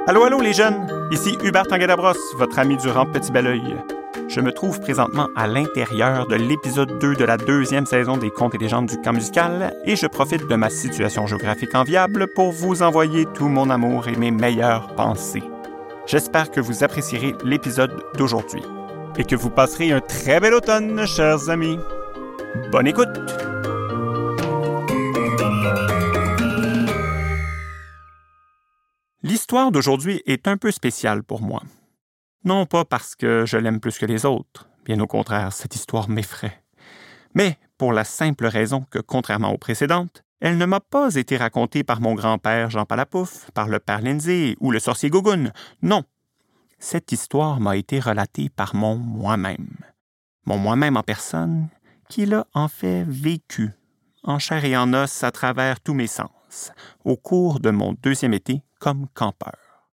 Allô, allô les jeunes! Ici Hubert Tanguay-Labrosse, votre ami du rang Petit Belleuil. Je me trouve présentement à l'intérieur de l'épisode 2 de la 2e saison des Contes et légendes du Camp musical et je profite de ma situation géographique enviable pour vous envoyer tout mon amour et mes meilleures pensées. J'espère que vous apprécierez l'épisode d'aujourd'hui et que vous passerez un très bel automne, chers amis. Bonne écoute! L'histoire d'aujourd'hui est un peu spéciale pour moi. Non pas parce que je l'aime plus que les autres, bien au contraire, cette histoire m'effraie, mais pour la simple raison que, contrairement aux précédentes, elle ne m'a pas été racontée par mon grand-père Jean Palapouf, par le père Lindsay ou le sorcier Gougoun. Non, cette histoire m'a été relatée par mon moi-même. Mon moi-même en personne, qui l'a en fait vécu, en chair et en os à travers tous mes sens, au cours de mon 2e été comme campeur.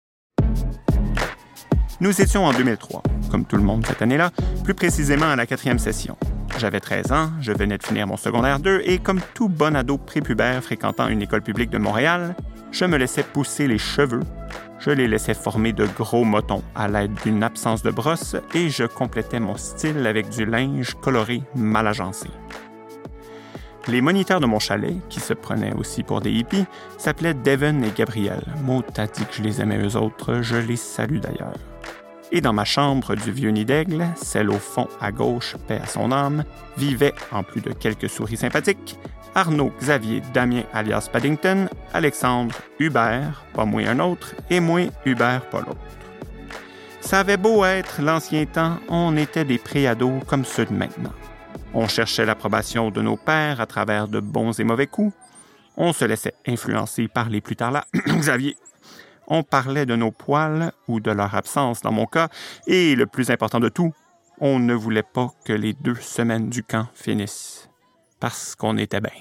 Nous étions en 2003, comme tout le monde cette année-là, plus précisément à la 4e session. J'avais 13 ans, je venais de finir mon secondaire 2 et comme tout bon ado prépubère fréquentant une école publique de Montréal, je me laissais pousser les cheveux, je les laissais former de gros motons à l'aide d'une absence de brosse et je complétais mon style avec du linge coloré mal agencé. Les moniteurs de mon chalet, qui se prenaient aussi pour des hippies, s'appelaient Devon et Gabriel. Mot a dit que je les aimais eux autres, je les salue d'ailleurs. Et dans ma chambre du vieux nid d'aigle, celle au fond à gauche, paix à son âme, vivaient, en plus de quelques souris sympathiques, Arnaud, Xavier, Damien alias Paddington, Alexandre, Hubert, pas moi un autre, et moi, Hubert, pas l'autre. Ça avait beau être l'ancien temps, on était des pré-ados comme ceux de maintenant. On cherchait l'approbation de nos pères à travers de bons et mauvais coups. On se laissait influencer par les plus tard là, Xavier. On parlait de nos poils, ou de leur absence dans mon cas, et le plus important de tout, on ne voulait pas que les 2 semaines du camp finissent. Parce qu'on était bien.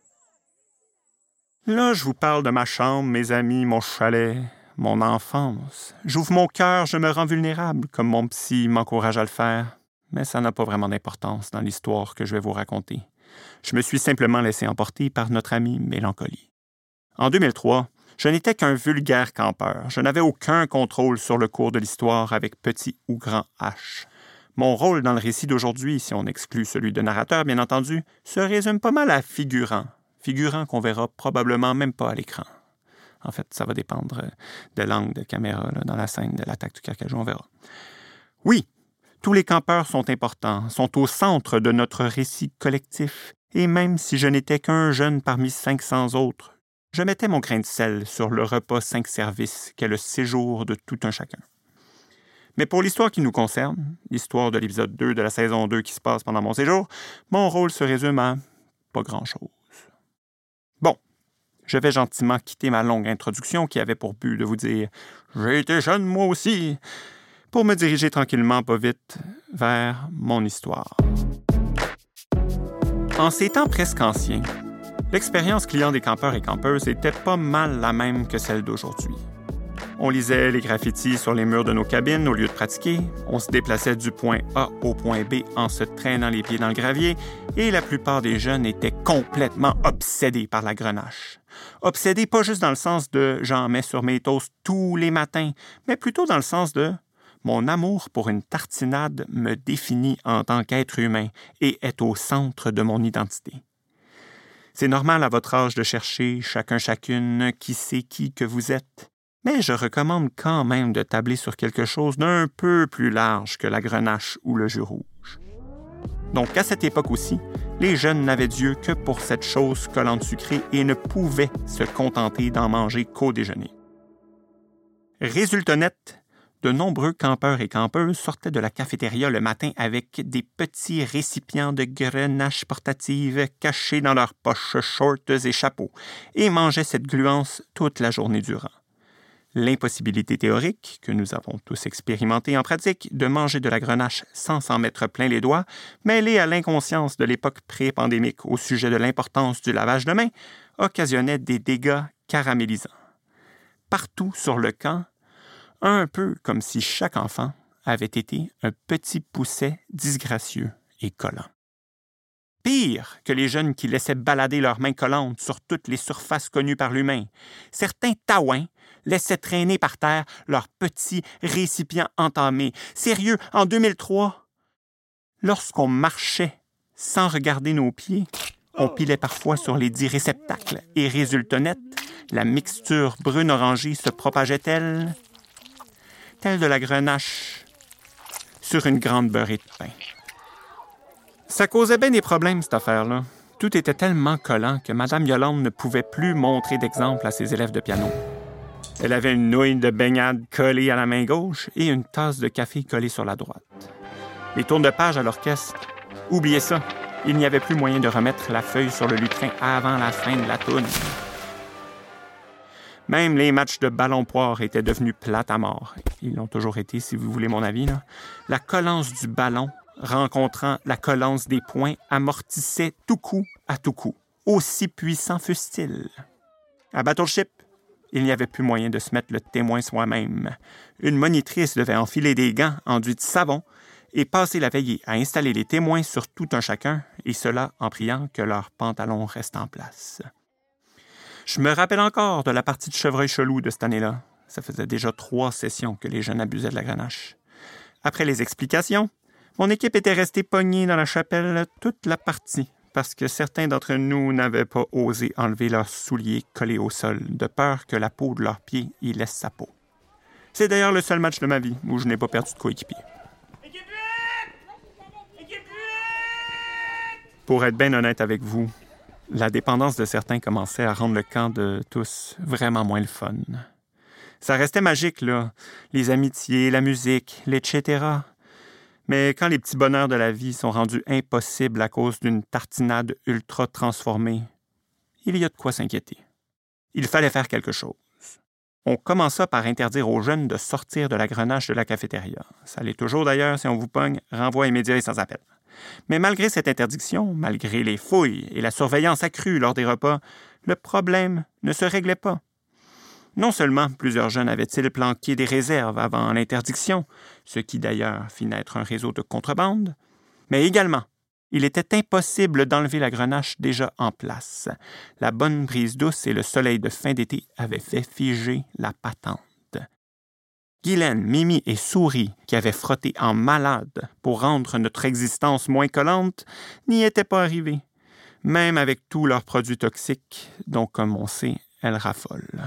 Là, je vous parle de ma chambre, mes amis, mon chalet, mon enfance. J'ouvre mon cœur, je me rends vulnérable, comme mon psy m'encourage à le faire. Mais ça n'a pas vraiment d'importance dans l'histoire que je vais vous raconter. Je me suis simplement laissé emporter par notre amie Mélancolie. En 2003, je n'étais qu'un vulgaire campeur. Je n'avais aucun contrôle sur le cours de l'histoire avec petit ou grand H. Mon rôle dans le récit d'aujourd'hui, si on exclut celui de narrateur, bien entendu, se résume pas mal à figurant. Figurant qu'on verra probablement même pas à l'écran. En fait, ça va dépendre de l'angle de caméra là, dans la scène de l'attaque du Carcajou, on verra. Oui, tous les campeurs sont importants, sont au centre de notre récit collectif, et même si je n'étais qu'un jeune parmi 500 autres, je mettais mon grain de sel sur le repas 5 services qu'est le séjour de tout un chacun. Mais pour l'histoire qui nous concerne, l'histoire de l'épisode 2 de la saison 2 qui se passe pendant mon séjour, mon rôle se résume à pas grand-chose. Bon, je vais gentiment quitter ma longue introduction qui avait pour but de vous dire « J'ai été jeune moi aussi », pour me diriger tranquillement, pas vite, vers mon histoire. En ces temps presque anciens, l'expérience client des campeurs et campeuses était pas mal la même que celle d'aujourd'hui. On lisait les graffitis sur les murs de nos cabines au lieu de pratiquer, on se déplaçait du point A au point B en se traînant les pieds dans le gravier, et la plupart des jeunes étaient complètement obsédés par la grenache. Obsédés pas juste dans le sens de « j'en mets sur mes toasts tous les matins », mais plutôt dans le sens de mon amour pour une tartinade me définit en tant qu'être humain et est au centre de mon identité. C'est normal à votre âge de chercher, chacune, qui c'est qui que vous êtes, mais je recommande quand même de tabler sur quelque chose d'un peu plus large que la grenache ou le jus rouge. Donc, à cette époque aussi, les jeunes n'avaient Dieu que pour cette chose collante sucrée et ne pouvaient se contenter d'en manger qu'au déjeuner. Résultat net, de nombreux campeurs et campeuses sortaient de la cafétéria le matin avec des petits récipients de grenache portative cachés dans leurs poches, shorts et chapeaux, et mangeaient cette gluance toute la journée durant. L'impossibilité théorique, que nous avons tous expérimentée en pratique, de manger de la grenache sans s'en mettre plein les doigts, mêlée à l'inconscience de l'époque pré-pandémique au sujet de l'importance du lavage de mains, occasionnait des dégâts caramélisants. Partout sur le camp, un peu comme si chaque enfant avait été un petit pousset disgracieux et collant. Pire que les jeunes qui laissaient balader leurs mains collantes sur toutes les surfaces connues par l'humain, certains taouins laissaient traîner par terre leurs petits récipients entamés. Sérieux, en 2003, lorsqu'on marchait sans regarder nos pieds, on pilait parfois sur les dits réceptacles et résultat net, la mixture brune-orangée se propageait-elle, telle de la grenache sur une grande beurrée de pain. Ça causait bien des problèmes, cette affaire-là. Tout était tellement collant que Mme Yolande ne pouvait plus montrer d'exemple à ses élèves de piano. Elle avait une nouille de baignade collée à la main gauche et une tasse de café collée sur la droite. Les tours de page à l'orchestre, oubliez ça. Il n'y avait plus moyen de remettre la feuille sur le lutrin avant la fin de la toune. Même les matchs de ballon-poire étaient devenus plates à mort. Ils l'ont toujours été, si vous voulez mon avis, là. La collance du ballon rencontrant la collance des poings amortissait tout coup à tout coup, aussi puissant fût-il. À Battleship, il n'y avait plus moyen de se mettre le témoin soi-même. Une monitrice devait enfiler des gants enduits de savon et passer la veillée à installer les témoins sur tout un chacun, et cela en priant que leurs pantalons restent en place. Je me rappelle encore de la partie de Chevreuil-Chelou de cette année-là. Ça faisait déjà 3 sessions que les jeunes abusaient de la grenache. Après les explications, mon équipe était restée pognée dans la chapelle toute la partie, parce que certains d'entre nous n'avaient pas osé enlever leurs souliers collés au sol, de peur que la peau de leurs pieds y laisse sa peau. C'est d'ailleurs le seul match de ma vie où je n'ai pas perdu de coéquipier. Pour être bien honnête avec vous, la dépendance de certains commençait à rendre le camp de tous vraiment moins le fun. Ça restait magique, là. Les amitiés, la musique, etc. Mais quand les petits bonheurs de la vie sont rendus impossibles à cause d'une tartinade ultra transformée, il y a de quoi s'inquiéter. Il fallait faire quelque chose. On commença par interdire aux jeunes de sortir de la grenache de la cafétéria. Ça l'est toujours d'ailleurs, si on vous pogne, renvoi immédiat et sans appel. Mais malgré cette interdiction, malgré les fouilles et la surveillance accrue lors des repas, le problème ne se réglait pas. Non seulement plusieurs jeunes avaient-ils planqué des réserves avant l'interdiction, ce qui d'ailleurs fit naître un réseau de contrebande, mais également, il était impossible d'enlever la grenache déjà en place. La bonne brise douce et le soleil de fin d'été avaient fait figer la patente. Guylaine, Mimi et Souris, qui avaient frotté en malade pour rendre notre existence moins collante, n'y étaient pas arrivés, même avec tous leurs produits toxiques, dont, comme on sait, elles raffolent.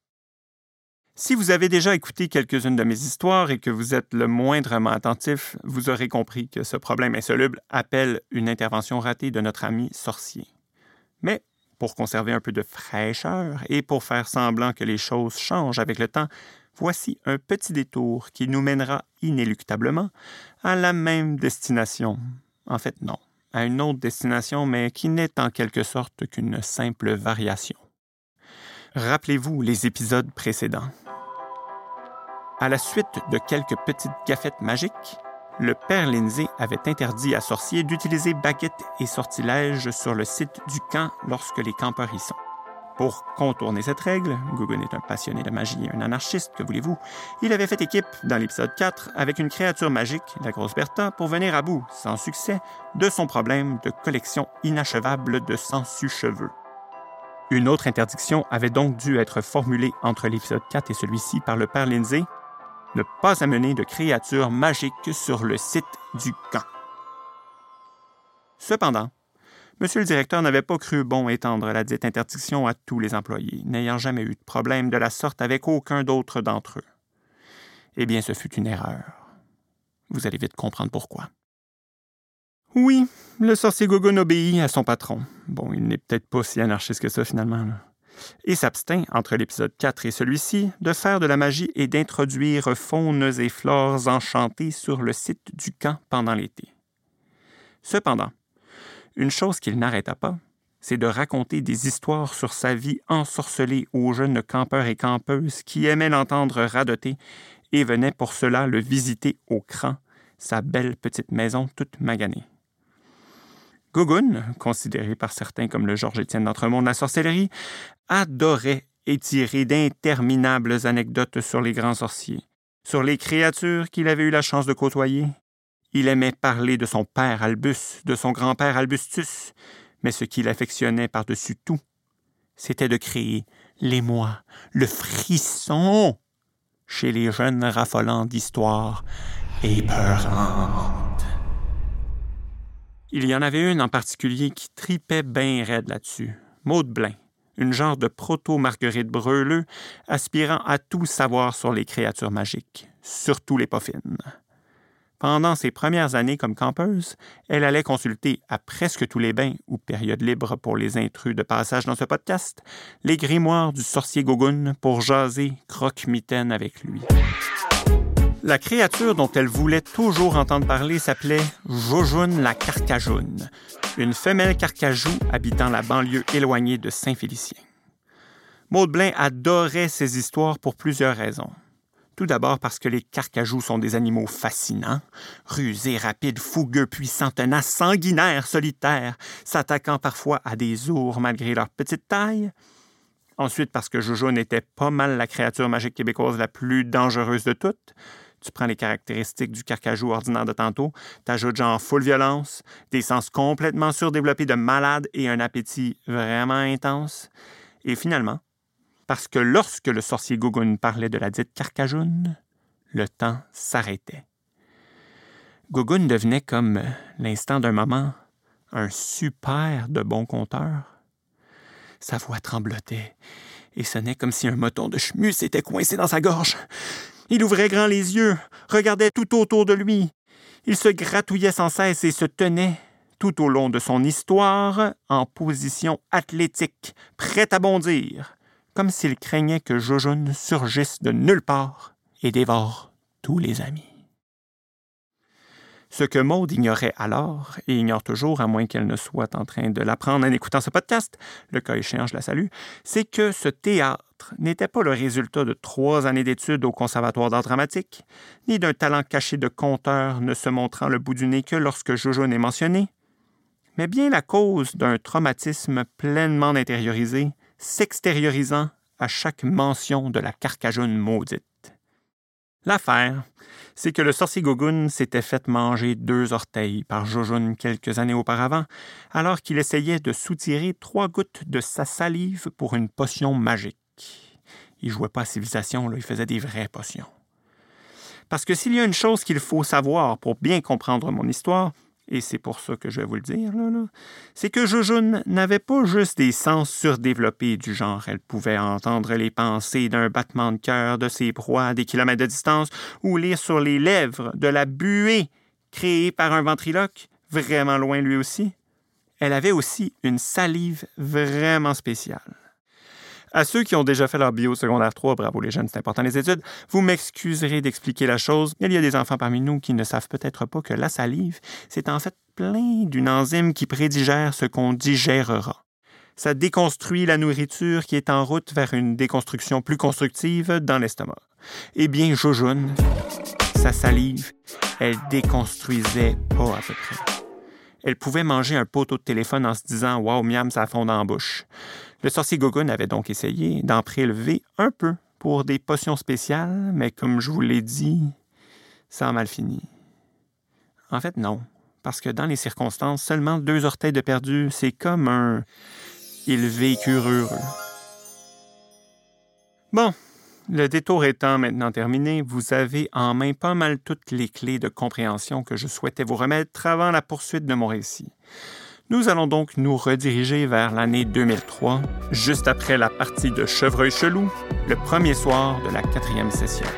Si vous avez déjà écouté quelques-unes de mes histoires et que vous êtes le moindrement attentif, vous aurez compris que ce problème insoluble appelle une intervention ratée de notre ami sorcier. Mais, pour conserver un peu de fraîcheur et pour faire semblant que les choses changent avec le temps, voici un petit détour qui nous mènera inéluctablement à la même destination. En fait, non, à une autre destination, mais qui n'est en quelque sorte qu'une simple variation. Rappelez-vous les épisodes précédents. À la suite de quelques petites gaffettes magiques, le père Lindsay avait interdit à Sorcier d'utiliser baguettes et sortilèges sur le site du camp lorsque les campeurs y sont. Pour contourner cette règle, Gugun est un passionné de magie et un anarchiste, que voulez-vous, il avait fait équipe, dans l'épisode 4, avec une créature magique, la grosse Bertha, pour venir à bout, sans succès, de son problème de collection inachevable de sangsues-cheveux. Une autre interdiction avait donc dû être formulée entre l'épisode 4 et celui-ci par le père Lindsay, ne pas amener de créatures magiques sur le site du camp. Cependant, Monsieur le directeur n'avait pas cru bon étendre la dite interdiction à tous les employés, n'ayant jamais eu de problème de la sorte avec aucun d'autre d'entre eux. Eh bien, ce fut une erreur. Vous allez vite comprendre pourquoi. Oui, le sorcier Gugun obéit à son patron. Bon, il n'est peut-être pas si anarchiste que ça, finalement, là. Et s'abstint, entre l'épisode 4 et celui-ci, de faire de la magie et d'introduire faunes et flores enchantées sur le site du camp pendant l'été. Cependant, une chose qu'il n'arrêta pas, c'est de raconter des histoires sur sa vie ensorcelée aux jeunes campeurs et campeuses qui aimaient l'entendre radoter et venaient pour cela le visiter au cran, sa belle petite maison toute maganée. Gugun, considéré par certains comme le Georges-Étienne d'Entremont de la sorcellerie, adorait étirer d'interminables anecdotes sur les grands sorciers, sur les créatures qu'il avait eu la chance de côtoyer. Il aimait parler de son père Albus, de son grand-père Albustus, mais ce qu'il affectionnait par-dessus tout, c'était de créer l'émoi, le frisson chez les jeunes raffolants d'histoires épeurantes. Il y en avait une en particulier qui tripait bien raide là-dessus, Maude Blain, une genre de proto-Marguerite Breuleux, aspirant à tout savoir sur les créatures magiques, surtout les poffines. Pendant ses premières années comme campeuse, elle allait consulter à presque tous les bains ou périodes libres pour les intrus de passage dans ce podcast, les grimoires du sorcier Gogun pour jaser croque-mitaine avec lui. La créature dont elle voulait toujours entendre parler s'appelait Jojune la Carcajoune, une femelle carcajou habitant la banlieue éloignée de Saint-Félicien. Maude Blain adorait ces histoires pour plusieurs raisons. Tout d'abord parce que les carcajous sont des animaux fascinants, rusés, rapides, fougueux, puissants, tenaces, sanguinaires, solitaires, s'attaquant parfois à des ours malgré leur petite taille. Ensuite parce que Jojune était pas mal la créature magique québécoise la plus dangereuse de toutes. Tu prends les caractéristiques du carcajou ordinaire de tantôt, t'ajoutes genre full violence, des sens complètement surdéveloppés de malade et un appétit vraiment intense. Et finalement, parce que lorsque le sorcier Gogun parlait de la dite Carcajoune, le temps s'arrêtait. Gogun devenait comme l'instant d'un moment un super de bon conteur. Sa voix tremblotait et sonnait comme si un moton de chemu s'était coincé dans sa gorge. Il ouvrait grand les yeux, regardait tout autour de lui. Il se gratouillait sans cesse et se tenait, tout au long de son histoire, en position athlétique, prêt à bondir, comme s'il craignait que Jojune surgisse de nulle part et dévore tous les amis. Ce que Maude ignorait alors, et ignore toujours, à moins qu'elle ne soit en train de l'apprendre en écoutant ce podcast, le cas échéant, je la salue, c'est que ce théâtre n'était pas le résultat de 3 années d'études au Conservatoire d'art dramatique, ni d'un talent caché de conteur ne se montrant le bout du nez que lorsque Jojune est mentionné, mais bien la cause d'un traumatisme pleinement intériorisé, s'extériorisant à chaque mention de la Carcajoune maudite. L'affaire, c'est que le sorcier Gogun s'était fait manger 2 orteils par Jojune quelques années auparavant, alors qu'il essayait de soutirer 3 gouttes de sa salive pour une potion magique. Il jouait pas à civilisation, là, il faisait des vraies potions. Parce que s'il y a une chose qu'il faut savoir pour bien comprendre mon histoire, et c'est pour ça que je vais vous le dire, c'est que Jojune n'avait pas juste des sens surdéveloppés du genre elle pouvait entendre les pensées d'un battement de cœur de ses proies à des kilomètres de distance ou lire sur les lèvres de la buée créée par un ventriloque, vraiment loin lui aussi. Elle avait aussi une salive vraiment spéciale. À ceux qui ont déjà fait leur bio secondaire 3, bravo les jeunes, c'est important les études, vous m'excuserez d'expliquer la chose. Il y a des enfants parmi nous qui ne savent peut-être pas que la salive, c'est en fait plein d'une enzyme qui prédigère ce qu'on digérera. Ça déconstruit la nourriture qui est en route vers une déconstruction plus constructive dans l'estomac. Eh bien, Jojune, sa salive, elle déconstruisait pas à peu près. Elle pouvait manger un poteau de téléphone en se disant « Wow, miam, ça fond dans la bouche ». Le sorcier Gogun avait donc essayé d'en prélever un peu pour des potions spéciales, mais comme je vous l'ai dit, ça a mal fini. En fait, non, parce que dans les circonstances, seulement 2 orteils de perdu, c'est comme un « ils vécurent heureux ». Bon, le détour étant maintenant terminé, vous avez en main pas mal toutes les clés de compréhension que je souhaitais vous remettre avant la poursuite de mon récit. Nous allons donc nous rediriger vers l'année 2003, juste après la partie de Chevreuil-Chelou, le premier soir de la 4e session.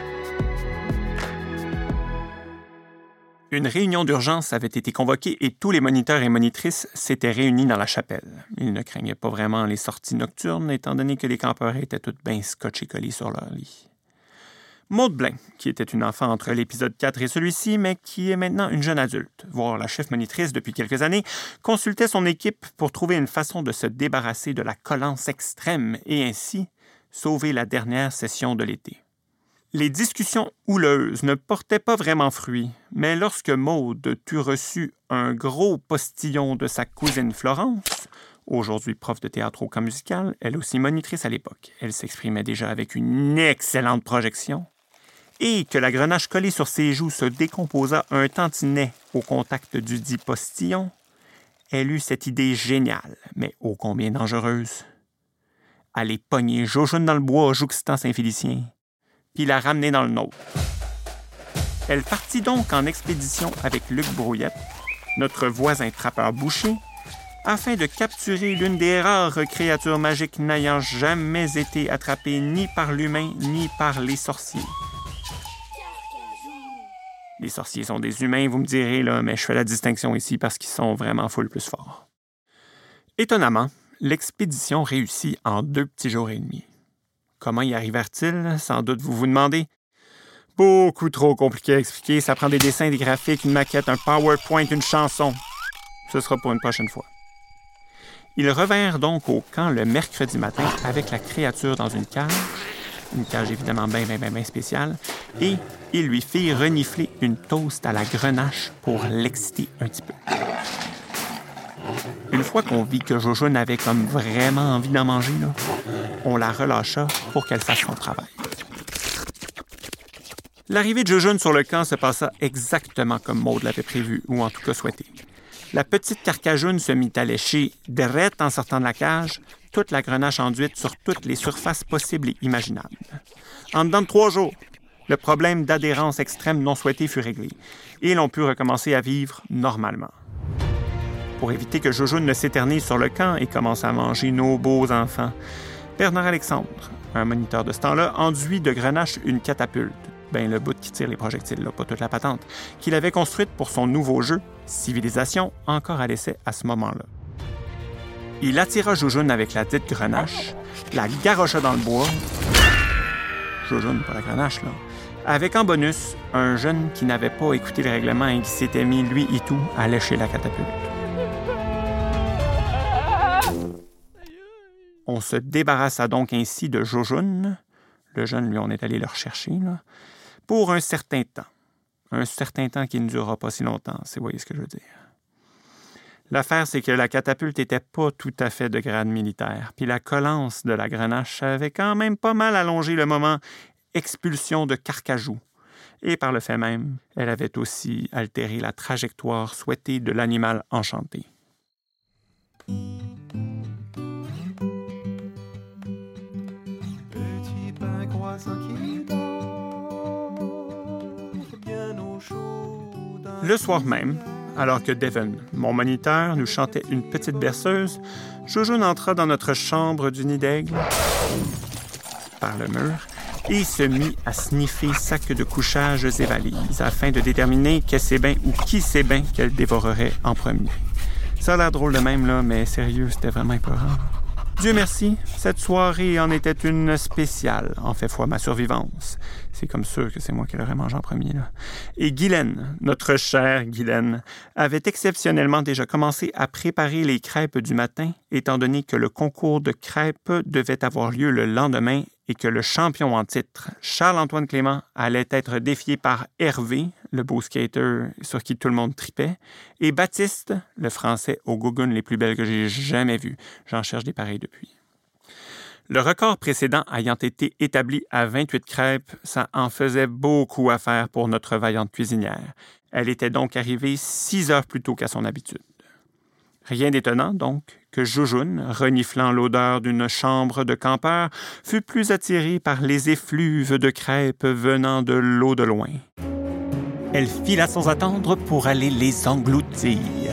Une réunion d'urgence avait été convoquée et tous les moniteurs et monitrices s'étaient réunis dans la chapelle. Ils ne craignaient pas vraiment les sorties nocturnes, étant donné que les campeurs étaient toutes bien scotchées collées sur leur lit. Maude Blain, qui était une enfant entre l'épisode 4 et celui-ci, mais qui est maintenant une jeune adulte, voire la chef monitrice depuis quelques années, consultait son équipe pour trouver une façon de se débarrasser de la collance extrême et ainsi sauver la dernière session de l'été. Les discussions houleuses ne portaient pas vraiment fruit, mais lorsque Maude eut reçu un gros postillon de sa cousine Florence, aujourd'hui prof de théâtre au camp musical, elle aussi monitrice à l'époque, elle s'exprimait déjà avec une excellente projection, et que la grenache collée sur ses joues se décomposa un tantinet au contact du dit postillon, elle eut cette idée géniale, mais ô combien dangereuse. aller pogner Jojoune dans le bois jouxtant Saint-Félicien, puis la ramener dans le nôtre. Elle partit donc en expédition avec Luc Brouillette, notre voisin trappeur boucher, afin de capturer l'une des rares créatures magiques n'ayant jamais été attrapées ni par l'humain ni par les sorciers. Les sorciers sont des humains, vous me direz, là, mais je fais la distinction ici parce qu'ils sont vraiment full plus forts. Étonnamment, l'expédition réussit en 2 petits jours et demi. Comment y arrivèrent-ils, sans doute vous vous demandez? Beaucoup trop compliqué à expliquer, ça prend des dessins, des graphiques, une maquette, un PowerPoint, une chanson. Ce sera pour une prochaine fois. Ils revinrent donc au camp le mercredi matin avec la créature dans une cage évidemment bien spéciale, et ils lui firent renifler une toast à la grenache pour l'exciter un petit peu. Une fois qu'on vit que Jojoune avait comme vraiment envie d'en manger, là, on la relâcha pour qu'elle fasse son travail. L'arrivée de Jojoune sur le camp se passa exactement comme Maude l'avait prévu, ou en tout cas souhaité. La petite Carcajoune se mit à lécher, drette en sortant de la cage, toute la grenache enduite sur toutes les surfaces possibles et imaginables. En dedans de 3 jours, le problème d'adhérence extrême non souhaitée fut réglé, et l'on put recommencer à vivre normalement. Pour éviter que Jojoune ne s'éternise sur le camp et commence à manger nos beaux enfants, Bernard Alexandre, un moniteur de ce temps-là, enduit de grenache une catapulte, le bout qui tire les projectiles, là, pas toute la patente, qu'il avait construite pour son nouveau jeu, Civilisation, encore à l'essai à ce moment-là. Il attira Jojoune avec la dite grenache, la garrocha dans le bois, Jojoune, pas la grenache, là, avec en bonus un jeune qui n'avait pas écouté le règlement et qui s'était mis, lui et tout, à lécher la catapulte. On se débarrassa donc ainsi de Jojoune, le jeune, lui, on est allé le rechercher, là, pour un certain temps. Un certain temps qui ne durera pas si longtemps, si vous voyez ce que je veux dire. L'affaire, c'est que la catapulte n'était pas tout à fait de grade militaire, puis la collance de la grenache avait quand même pas mal allongé le moment expulsion de Carcajou. Et par le fait même, elle avait aussi altéré la trajectoire souhaitée de l'animal enchanté. Petit pain croissant qui dort bien au chaud. Le soir même, alors que Devon, mon moniteur, nous chantait une petite berceuse, Jojoune entra dans notre chambre du nid d'aigle, par le mur, et se mit à sniffer sacs de couchage et valises, afin de déterminer qu'elle sait bien ou qui sait bien qu'elle dévorerait en premier. Ça a l'air drôle de même, là, mais sérieux, c'était vraiment épeurant. Dieu merci, cette soirée en était une spéciale, en fait foi ma survivance. C'est comme sûr que c'est moi qui l'aurais mangé en premier, là. Et Guylaine, notre chère Guylaine, avait exceptionnellement déjà commencé à préparer les crêpes du matin, étant donné que le concours de crêpes devait avoir lieu le lendemain et que le champion en titre, Charles-Antoine Clément, allait être défié par Hervé, le beau skater sur qui tout le monde tripait, et Baptiste, le Français aux gougounes les plus belles que j'ai jamais vues. J'en cherche des pareils depuis. Le record précédent ayant été établi à 28 crêpes, ça en faisait beaucoup à faire pour notre vaillante cuisinière. Elle était donc arrivée 6 heures plus tôt qu'à son habitude. Rien d'étonnant, donc, que Jojoune, reniflant l'odeur d'une chambre de campeur, fut plus attirée par les effluves de crêpes venant de l'eau de loin. Elle fila sans attendre pour aller les engloutir.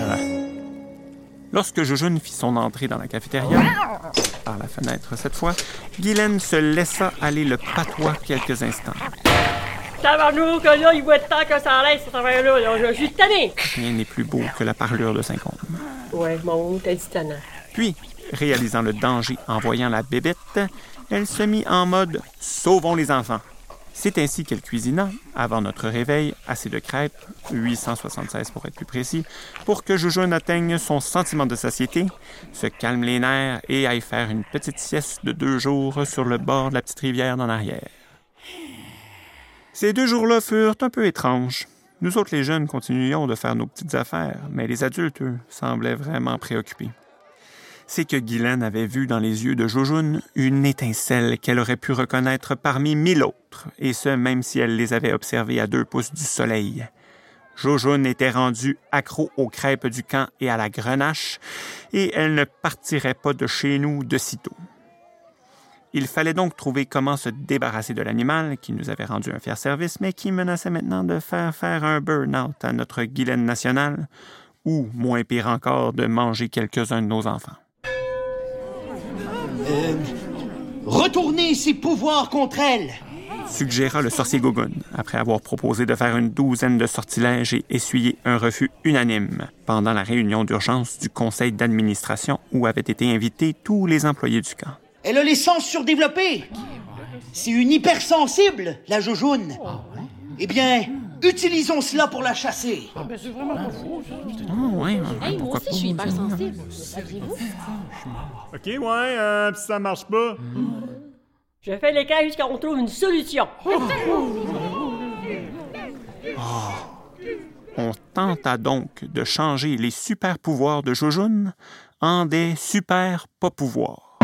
Lorsque Jojoune fit son entrée dans la cafétéria, par la fenêtre cette fois, Guylaine se laissa aller le patois quelques instants. Tabarnou, que là, il voit de temps que ça laisse, cette affaire-là. Je suis tanné. Rien n'est plus beau que la parlure de Saint-Côme. Ouais, mon, t'as dit tannant. Puis, réalisant le danger en voyant la bébête, elle se mit en mode « Sauvons les enfants ». C'est ainsi qu'elle cuisina, avant notre réveil, assez de crêpes, 876 pour être plus précis, pour que Jojoune atteigne son sentiment de satiété, se calme les nerfs et aille faire une petite sieste de 2 jours sur le bord de la petite rivière d'en arrière. Ces 2 jours-là furent un peu étranges. Nous autres, les jeunes, continuions de faire nos petites affaires, mais les adultes, eux, semblaient vraiment préoccupés. C'est que Guylaine avait vu dans les yeux de Jojoune une étincelle qu'elle aurait pu reconnaître parmi 1000 autres, et ce, même si elle les avait observés à 2 pouces du soleil. Jojoune était rendue accro aux crêpes du camp et à la grenache, et elle ne partirait pas de chez nous de sitôt. Il fallait donc trouver comment se débarrasser de l'animal qui nous avait rendu un fier service, mais qui menaçait maintenant de faire un burn-out à notre Guylaine nationale, ou, moins pire encore, de manger quelques-uns de nos enfants. Retournez ses pouvoirs contre elle! Suggéra le sorcier Gogun, après avoir proposé de faire une douzaine de sortilèges et essuyer un refus unanime pendant la réunion d'urgence du conseil d'administration où avaient été invités tous les employés du camp. Elle a les sens surdéveloppés! C'est une hypersensible, la Jojoune! Eh bien, utilisons cela pour la chasser! C'est vraiment pas fou, ça. Ouais, Hey, moi aussi, je suis hyper sensible. Saviez-vous? OK, ouais, pis ça marche pas. Je fais les cas jusqu'à on trouve une solution. On tenta donc de changer les super pouvoirs de Jojoun en des super pas pouvoirs.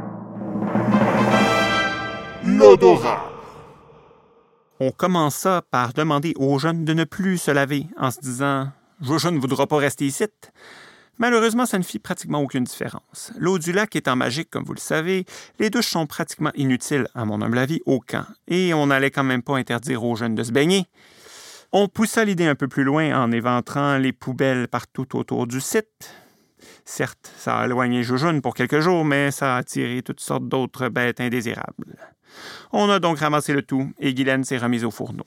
L'odorat. On commença par demander aux jeunes de ne plus se laver en se disant « Jojoun ne voudra pas rester ici ». Malheureusement, ça ne fit pratiquement aucune différence. L'eau du lac étant magique, comme vous le savez, les douches sont pratiquement inutiles, à mon humble avis, au camp. Et on n'allait quand même pas interdire aux jeunes de se baigner. On poussa l'idée un peu plus loin en éventrant les poubelles partout autour du site. Certes, ça a éloigné Jojoun pour quelques jours, mais ça a attiré toutes sortes d'autres bêtes indésirables. On a donc ramassé le tout et Guylaine s'est remise au fourneau.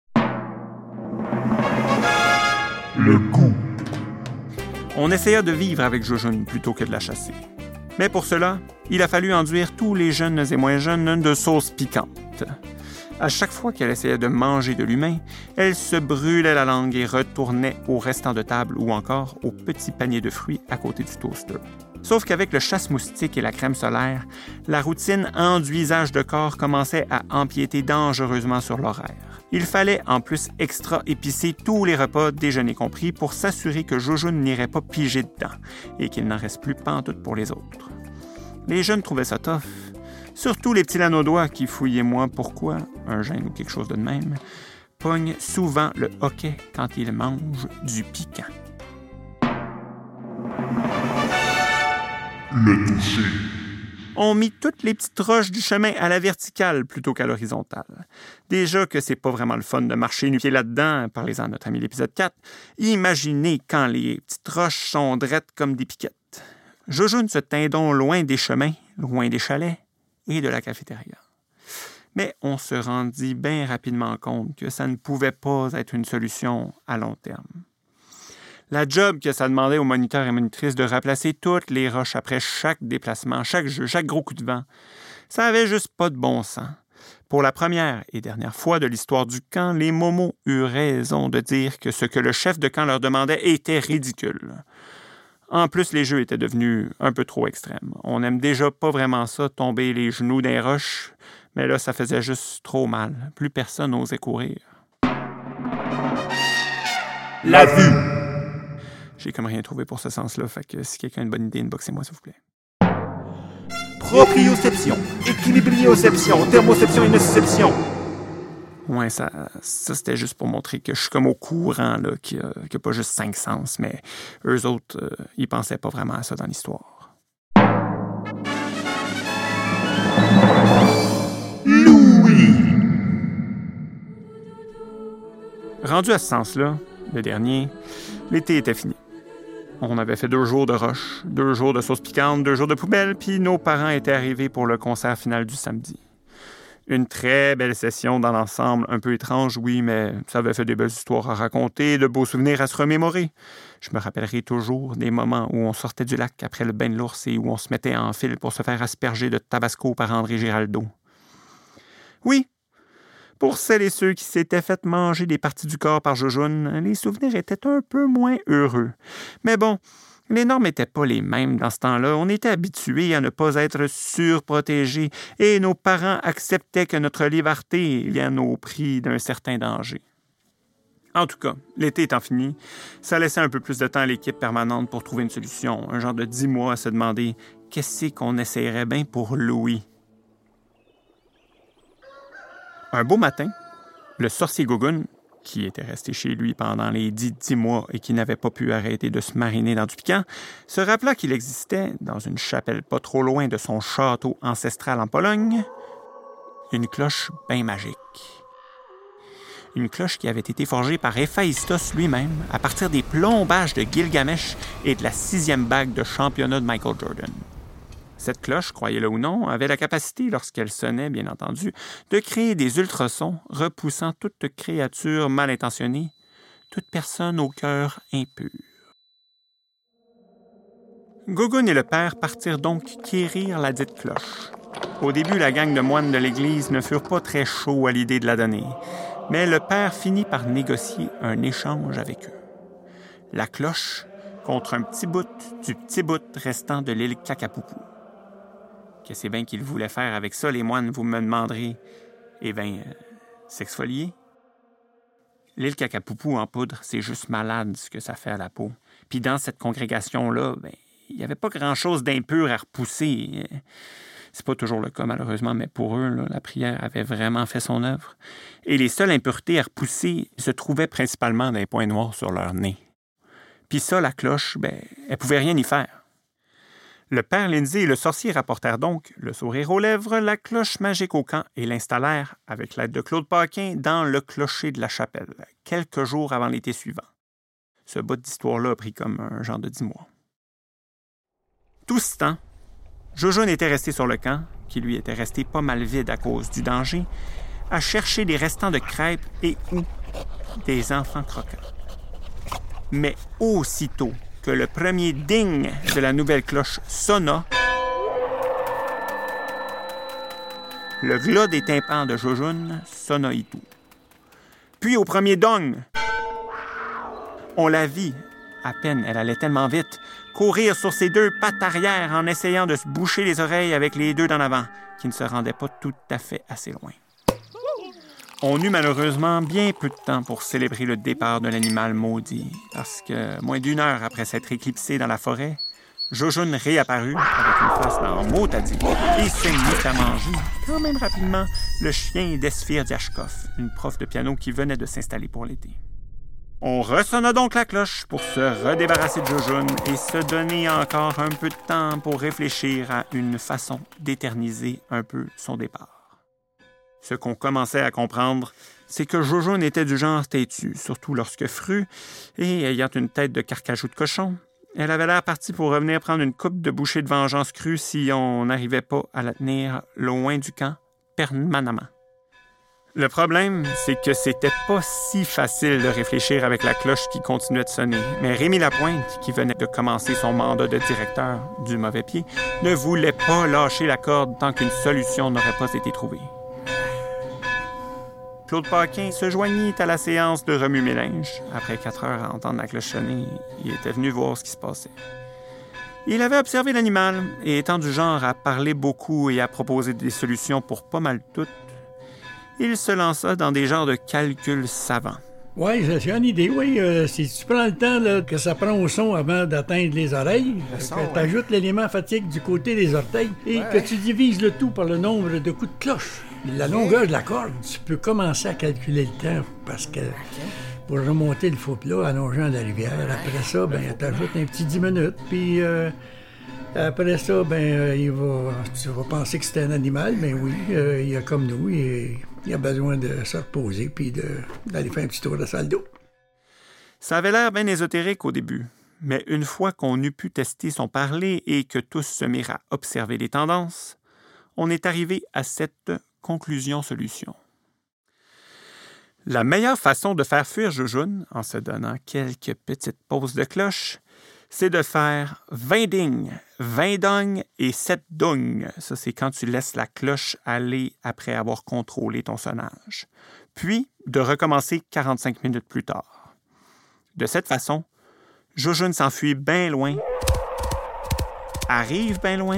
Le goût. On essaya de vivre avec Jojoun plutôt que de la chasser. Mais pour cela, il a fallu enduire tous les jeunes et moins jeunes de sauce piquante. À chaque fois qu'elle essayait de manger de l'humain, elle se brûlait la langue et retournait au restant de table ou encore au petit panier de fruits à côté du toaster. Sauf qu'avec le chasse-moustique et la crème solaire, la routine enduisage de corps commençait à empiéter dangereusement sur l'horaire. Il fallait en plus extra épicer tous les repas, déjeuner compris, pour s'assurer que Jojoun n'irait pas piger dedans et qu'il n'en reste plus pantoute pour les autres. Les jeunes trouvaient ça tough, surtout les petits lanaudois qui, fouillez-moi pourquoi, un gène ou quelque chose de même, pognent souvent le hoquet quand ils mangent du piquant. Le toucher. On mit toutes les petites roches du chemin à la verticale plutôt qu'à l'horizontale. Déjà que c'est pas vraiment le fun de marcher nu pied là-dedans, parlez-en à notre ami l'épisode 4, imaginez quand les petites roches sont drettes comme des piquettes. Jojoun se tint donc loin des chemins, loin des chalets et de la cafétéria. Mais on se rendit bien rapidement compte que ça ne pouvait pas être une solution à long terme. La job que ça demandait aux moniteurs et monitrices de replacer toutes les roches après chaque déplacement, chaque jeu, chaque gros coup de vent, ça avait juste pas de bon sens. Pour la première et dernière fois de l'histoire du camp, les momos eurent raison de dire que ce que le chef de camp leur demandait était ridicule. En plus, les jeux étaient devenus un peu trop extrêmes. On n'aime déjà pas vraiment ça, tomber les genoux dans les roches, mais là, ça faisait juste trop mal. Plus personne n'osait courir. La vue. J'ai comme rien trouvé pour ce sens-là, fait que si quelqu'un a une bonne idée, inboxez-moi, s'il vous plaît. Proprioception. Équilibrioception. Thermoception et nociception. Ouais, ça c'était juste pour montrer que je suis comme au courant, là, qu'il n'y a pas juste 5 sens, mais eux autres, ils pensaient pas vraiment à ça dans l'histoire. Louis. Rendu à ce sens-là, le dernier, l'été était fini. On avait fait 2 jours de roche, 2 jours de sauce piquante, 2 jours de poubelle, puis nos parents étaient arrivés pour le concert final du samedi. Une très belle session dans l'ensemble, un peu étrange, oui, mais ça avait fait des belles histoires à raconter, de beaux souvenirs à se remémorer. Je me rappellerai toujours des moments où on sortait du lac après le bain de l'ours et où on se mettait en file pour se faire asperger de tabasco par André Giraldo. Oui, pour celles et ceux qui s'étaient fait manger des parties du corps par Jojoun, les souvenirs étaient un peu moins heureux. Mais bon, les normes n'étaient pas les mêmes dans ce temps-là. On était habitués à ne pas être surprotégés et nos parents acceptaient que notre liberté vienne au prix d'un certain danger. En tout cas, l'été étant fini, ça laissait un peu plus de temps à l'équipe permanente pour trouver une solution, un genre de 10 mois à se demander qu'est-ce qu'on essayerait bien pour Louis. Un beau matin, le sorcier Gogun, qui était resté chez lui pendant les 10 mois et qui n'avait pas pu arrêter de se mariner dans du piquant, se rappela qu'il existait, dans une chapelle pas trop loin de son château ancestral en Pologne, une cloche bien magique. Une cloche qui avait été forgée par Héphaïstos lui-même à partir des plombages de Gilgamesh et de la 6e bague de championnat de Michael Jordan. Cette cloche, croyez-le ou non, avait la capacité, lorsqu'elle sonnait, bien entendu, de créer des ultrasons repoussant toute créature mal intentionnée, toute personne au cœur impur. Gogun et le père partirent donc quérir la dite cloche. Au début, la gang de moines de l'Église ne furent pas très chauds à l'idée de la donner, mais le père finit par négocier un échange avec eux. La cloche contre un petit bout du petit bout restant de l'île Kakapoupou. Qu'est-ce bien qu'ils voulaient faire avec ça, les moines, vous me demanderez? Eh bien, s'exfolier. L'île Kakapoupou en poudre, c'est juste malade ce que ça fait à la peau. Puis dans cette congrégation-là, il n'y avait pas grand-chose d'impur à repousser. C'est pas toujours le cas, malheureusement, mais pour eux, là, la prière avait vraiment fait son œuvre. Et les seules impuretés à repousser se trouvaient principalement dans les points noirs sur leur nez. Puis ça, la cloche, elle pouvait rien y faire. Le père Lindsay et le sorcier rapportèrent donc, le sourire aux lèvres, la cloche magique au camp et l'installèrent, avec l'aide de Claude Paquin, dans le clocher de la chapelle, quelques jours avant l'été suivant. Ce bout d'histoire-là a pris comme un genre de 10 mois. Tout ce temps, Jojoun était resté sur le camp, qui lui était resté pas mal vide à cause du danger, à chercher des restants de crêpes et ou des enfants croquants. Mais aussitôt que le premier ding de la nouvelle cloche sonna, le glas des tympans de Jojoun sonna et tout. Puis au premier dong, on la vit, à peine elle allait tellement vite, courir sur ses 2 pattes arrière en essayant de se boucher les oreilles avec les 2 d'en avant, qui ne se rendaient pas tout à fait assez loin. On eut malheureusement bien peu de temps pour célébrer le départ de l'animal maudit, parce que, moins d'1 heure après s'être éclipsé dans la forêt, Jojoun réapparut avec une face dans mot à dire et se mit à manger, quand même rapidement, le chien d'Esphir Diachkov, une prof de piano qui venait de s'installer pour l'été. On ressonna donc la cloche pour se redébarrasser de Jojoun et se donner encore un peu de temps pour réfléchir à une façon d'éterniser un peu son départ. Ce qu'on commençait à comprendre, c'est que Jojoun était du genre têtu, surtout lorsque frue, et ayant une tête de carcajou de cochon, elle avait l'air partie pour revenir prendre une coupe de bouchée de vengeance crue si on n'arrivait pas à la tenir loin du camp, permanemment. Le problème, c'est que c'était pas si facile de réfléchir avec la cloche qui continuait de sonner, mais Rémi Lapointe, qui venait de commencer son mandat de directeur du mauvais pied, ne voulait pas lâcher la corde tant qu'une solution n'aurait pas été trouvée. Claude Paquin se joignit à la séance de remue-mélinge. Après 4 heures à entendre la cloche sonner, il était venu voir ce qui se passait. Il avait observé l'animal et étant du genre à parler beaucoup et à proposer des solutions pour pas mal toutes, il se lança dans des genres de calculs savants. Oui, j'ai une idée, oui. Si tu prends le temps là, que ça prend au son avant d'atteindre les oreilles, tu ajoutes l'élément fatigue du côté des orteils et que tu divises le tout par le nombre de coups de cloche. La longueur de la corde, tu peux commencer à calculer le temps parce que pour remonter le faux plat en longeant la rivière, après ça, tu ajoutes un petit 10 minutes, puis après ça, tu vas penser que c'est un animal, mais oui, il a comme nous, il a besoin de se reposer puis d'aller faire un petit tour de salle d'eau. Ça avait l'air bien ésotérique au début, mais une fois qu'on eut pu tester son parler et que tous se mirent à observer les tendances, on est arrivé à cette conclusion-solution. La meilleure façon de faire fuir Jojoun, en se donnant quelques petites pauses de cloche, c'est de faire 20 ding, 20 dong et 7 dong. Ça, c'est quand tu laisses la cloche aller après avoir contrôlé ton sonnage. Puis, de recommencer 45 minutes plus tard. De cette façon, Jojoun s'enfuit bien loin, arrive bien loin,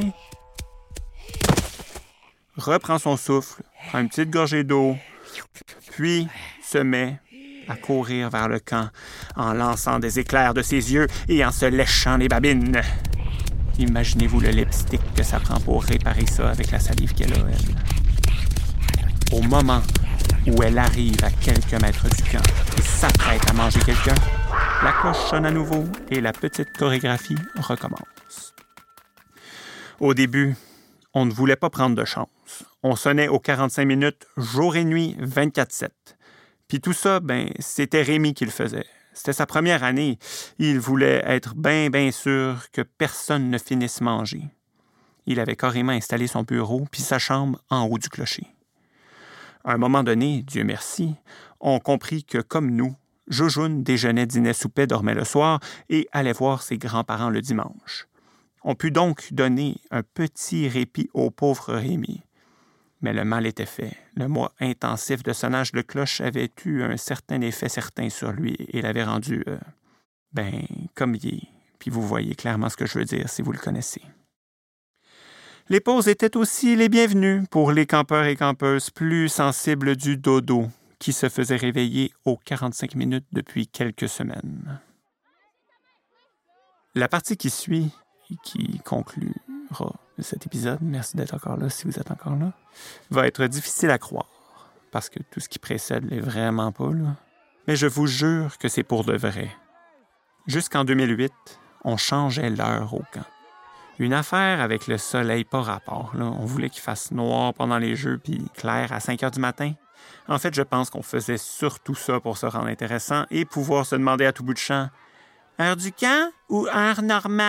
reprend son souffle, prend une petite gorgée d'eau, puis se met à courir vers le camp en lançant des éclairs de ses yeux et en se léchant les babines. Imaginez-vous le lipstick que ça prend pour réparer ça avec la salive qu'elle a, elle. Au moment où elle arrive à quelques mètres du camp et s'apprête à manger quelqu'un, la cloche sonne à nouveau et la petite chorégraphie recommence. Au début, on ne voulait pas prendre de chance. On sonnait aux 45 minutes, jour et nuit, 24/7. Puis tout ça, c'était Rémi qui le faisait. C'était sa première année. Il voulait être bien sûr que personne ne finisse manger. Il avait carrément installé son bureau puis sa chambre en haut du clocher. À un moment donné, Dieu merci, on comprit que, comme nous, Joujoune déjeunait, dînait, soupait, dormait le soir et allait voir ses grands-parents le dimanche. On put donc donner un petit répit au pauvre Rémi. Mais le mal était fait. Le mois intensif de sonnage de cloche avait eu un certain effet certain sur lui et l'avait rendu, comme il est. Puis vous voyez clairement ce que je veux dire si vous le connaissez. Les pauses étaient aussi les bienvenues pour les campeurs et campeuses plus sensibles du dodo qui se faisaient réveiller aux 45 minutes depuis quelques semaines. La partie qui suit et qui conclura cet épisode, merci d'être encore là si vous êtes encore là, va être difficile à croire parce que tout ce qui précède l'est vraiment pas, là. Mais je vous jure que c'est pour de vrai. Jusqu'en 2008, on changeait l'heure au camp. Une affaire avec le soleil pas rapport. Là. On voulait qu'il fasse noir pendant les jeux puis clair à 5 heures du matin. En fait, je pense qu'on faisait surtout ça pour se rendre intéressant et pouvoir se demander à tout bout de champ « Heure du camp ou heure normale? »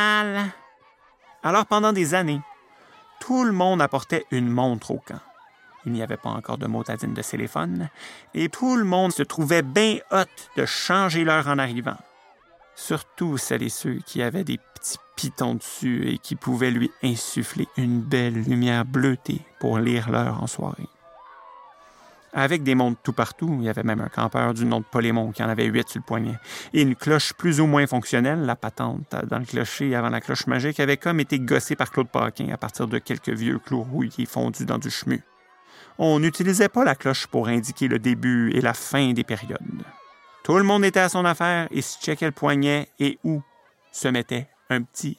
Alors, pendant des années, tout le monde apportait une montre au camp. Il n'y avait pas encore de motadine de téléphone et tout le monde se trouvait bien hot de changer l'heure en arrivant. Surtout celles et ceux qui avaient des petits pitons dessus et qui pouvaient lui insuffler une belle lumière bleutée pour lire l'heure en soirée. Avec des montres tout partout, il y avait même un campeur du nom de Polémon qui en avait 8 sur le poignet. Et une cloche plus ou moins fonctionnelle, la patente dans le clocher avant la cloche magique, avait comme été gossée par Claude Paquin à partir de quelques vieux clous rouillés fondus dans du chemu. On n'utilisait pas la cloche pour indiquer le début et la fin des périodes. Tout le monde était à son affaire et se checkait le poignet et où se mettait un petit.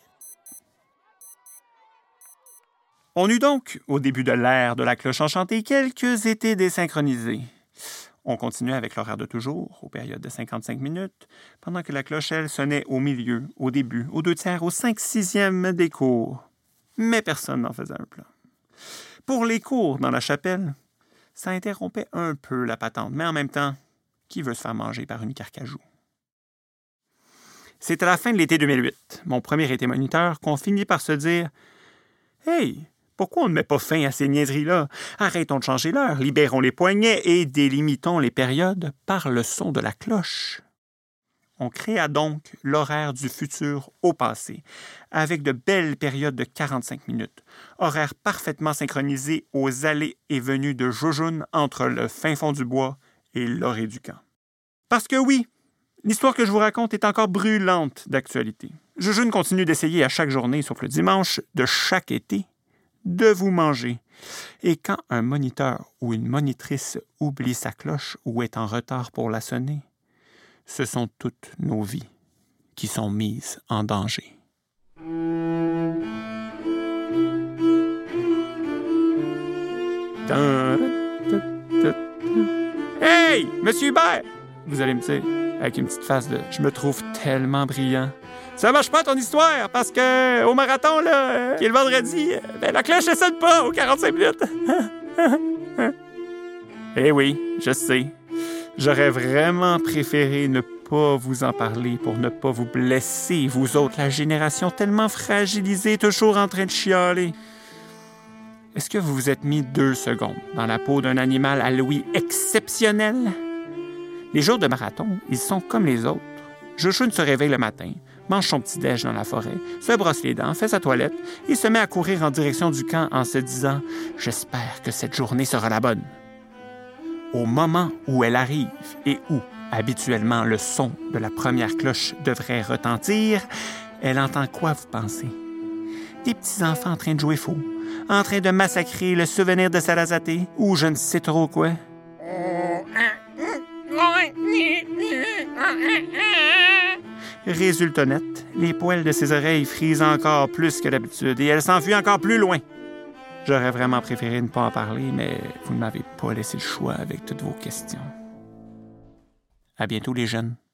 On eut donc, au début de l'ère de la cloche enchantée, quelques étés désynchronisés. On continuait avec l'horaire de toujours, aux périodes de 55 minutes, pendant que la cloche, elle, sonnait au milieu, au début, aux 2/3, au 5/6 des cours. Mais personne n'en faisait un plan. Pour les cours dans la chapelle, ça interrompait un peu la patente, mais en même temps, qui veut se faire manger par une carcajou? C'est à la fin de l'été 2008, mon premier été moniteur, qu'on finit par se dire « Hey, pourquoi on ne met pas fin à ces niaiseries-là? Arrêtons de changer l'heure, libérons les poignets et délimitons les périodes par le son de la cloche. » On créa donc l'horaire du futur au passé, avec de belles périodes de 45 minutes, horaire parfaitement synchronisé aux allées et venues de Joujoune entre le fin fond du bois et l'orée du camp. Parce que oui, l'histoire que je vous raconte est encore brûlante d'actualité. Joujoune continue d'essayer à chaque journée, sauf le dimanche, de chaque été, de vous manger. Et quand un moniteur ou une monitrice oublie sa cloche ou est en retard pour la sonner, ce sont toutes nos vies qui sont mises en danger. Hey, Monsieur Hubert! Vous allez me dire, avec une petite face de « Je me trouve tellement brillant. » Ça marche pas ton histoire, parce que au marathon, là, qui est le vendredi, la cloche ne sonne pas aux 45 minutes. Eh oui, je sais. J'aurais vraiment préféré ne pas vous en parler pour ne pas vous blesser, vous autres, la génération tellement fragilisée, toujours en train de chialer. Est-ce que vous vous êtes mis 2 secondes dans la peau d'un animal à l'ouïe exceptionnel? Les jours de marathon, ils sont comme les autres. Joujoune se réveille le matin, mange son petit-déj dans la forêt, se brosse les dents, fait sa toilette et se met à courir en direction du camp en se disant « J'espère que cette journée sera la bonne. » Au moment où elle arrive et où, habituellement, le son de la première cloche devrait retentir, elle entend quoi, vous pensez? Des petits-enfants en train de jouer fou, en train de massacrer le souvenir de Salazaté ou je ne sais trop quoi. Résultat net, les poils de ses oreilles frisent encore plus que d'habitude et elle s'enfuit encore plus loin. J'aurais vraiment préféré ne pas en parler, mais vous ne m'avez pas laissé le choix avec toutes vos questions. À bientôt, les jeunes.